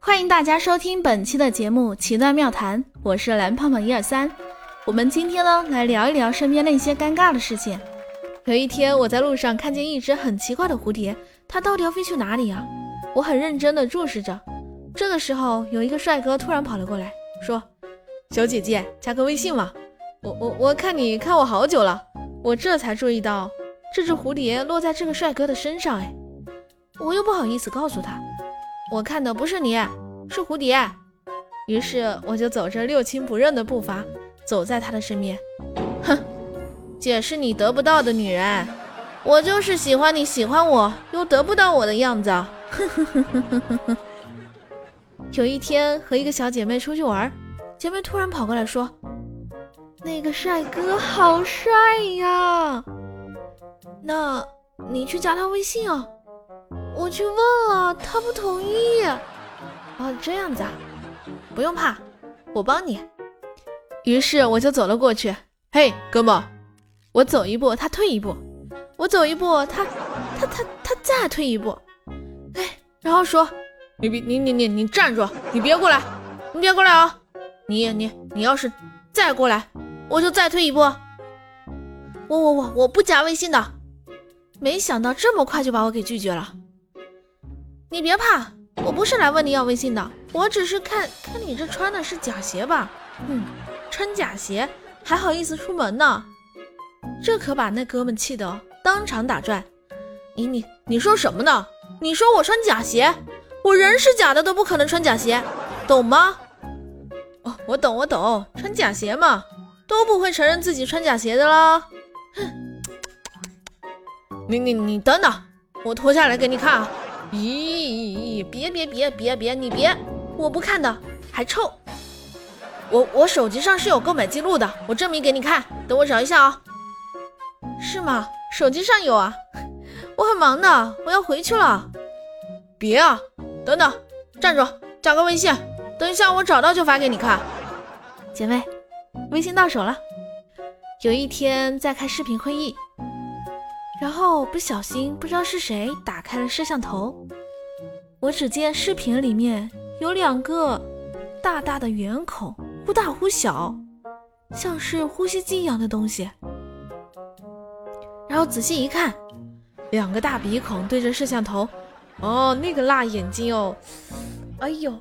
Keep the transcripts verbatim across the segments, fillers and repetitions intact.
欢迎大家收听本期的节目奇端妙谈，我是蓝胖胖一二三。我们今天呢来聊一聊身边的一些尴尬的事情。有一天我在路上看见一只很奇怪的蝴蝶，它到底要飞去哪里啊？我很认真地注视着。这个时候有一个帅哥突然跑了过来，说：小姐姐，加个微信嘛。我我我看你看我好久了，我这才注意到这只蝴蝶落在这个帅哥的身上。哎，我又不好意思告诉他，我看的不是你，是蝴蝶。于是我就走着六亲不认的步伐走在他的身边。哼，姐是你得不到的女人，我就是喜欢你喜欢我又得不到我的样子。有一天和一个小姐妹出去玩，姐妹突然跑过来说：那个帅哥好帅呀，那你去加他微信啊。我去问了，他不同意。哦，这样子啊，不用怕，我帮你。于是我就走了过去。嘿，哥们，我走一步他退一步，我走一步他他他他再退一步。哎，然后说：你别你你你你站住，你别过来，你别过来啊！你你你要是再过来，我就再退一步。我我我我不加微信的。没想到这么快就把我给拒绝了。你别怕，我不是来问你要微信的，我只是看看你这穿的是假鞋吧。嗯，穿假鞋还好意思出门呢？这可把那哥们气得当场打转。你你你说什么呢？你说我穿假鞋？我人是假的都不可能穿假鞋，懂吗？哦，我懂我懂，穿假鞋嘛，都不会承认自己穿假鞋的啦。哼，你你你等等，我脱下来给你看啊！咦，别别别别别，你别，我不看的，还臭。我我手机上是有购买记录的，我证明给你看，等我找一下啊。是吗？手机上有啊。我很忙的，我要回去了。别啊，等等，站住，加个微信，等一下我找到就发给你看。姐妹，微信到手了。有一天在开视频会议，然后不小心不知道是谁打开了摄像头，我只见视频里面有两个大大的圆孔，忽大忽小，像是呼吸机一样的东西。然后仔细一看，两个大鼻孔对着摄像头，哦，那个辣眼睛哦，哎呦。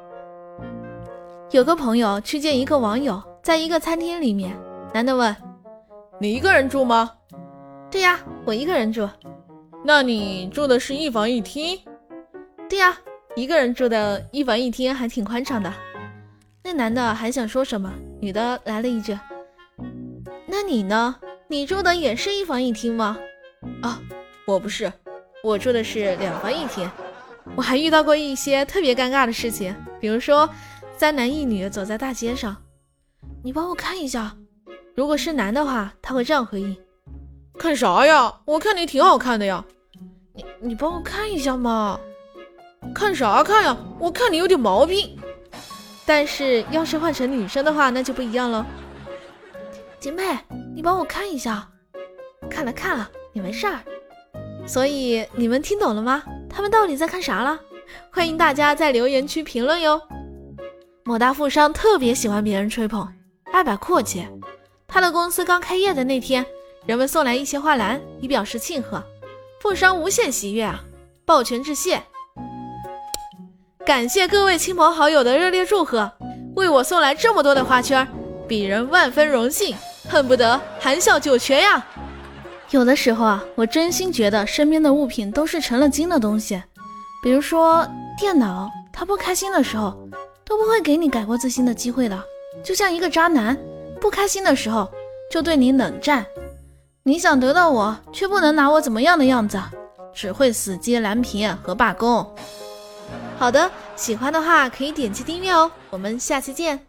有个朋友去见一个网友，在一个餐厅里面，男的问：你一个人住吗？对呀，我一个人住。那你住的是一房一厅？对呀，一个人住的一房一厅还挺宽敞的。那男的还想说什么，女的来了一句：那你呢？你住的也是一房一厅吗？啊，我不是，我住的是两房一厅。我还遇到过一些特别尴尬的事情，比如说三男一女走在大街上，你帮我看一下。如果是男的话，他会这样回应：看啥呀？我看你挺好看的呀。你你帮我看一下嘛。看啥看呀？我看你有点毛病。但是要是换成女生的话，那就不一样了。姐妹，你帮我看一下。看了看了，也没事儿。所以你们听懂了吗？他们到底在看啥了？欢迎大家在留言区评论哟。某大富商特别喜欢别人吹捧，爱摆阔气。他的公司刚开业的那天，人们送来一些花篮以表示庆贺，富商无限喜悦啊，抱拳致谢。感谢各位亲朋好友的热烈祝贺，为我送来这么多的花圈，鄙人万分荣幸，恨不得含笑九泉呀。有的时候啊，我真心觉得身边的物品都是成了精的东西。比如说电脑，它不开心的时候都不会给你改过自新的机会的，就像一个渣男，不开心的时候就对你冷战。你想得到我，却不能拿我怎么样的样子，只会死记蓝屏和罢工。好的，喜欢的话可以点击订阅哦，我们下期见。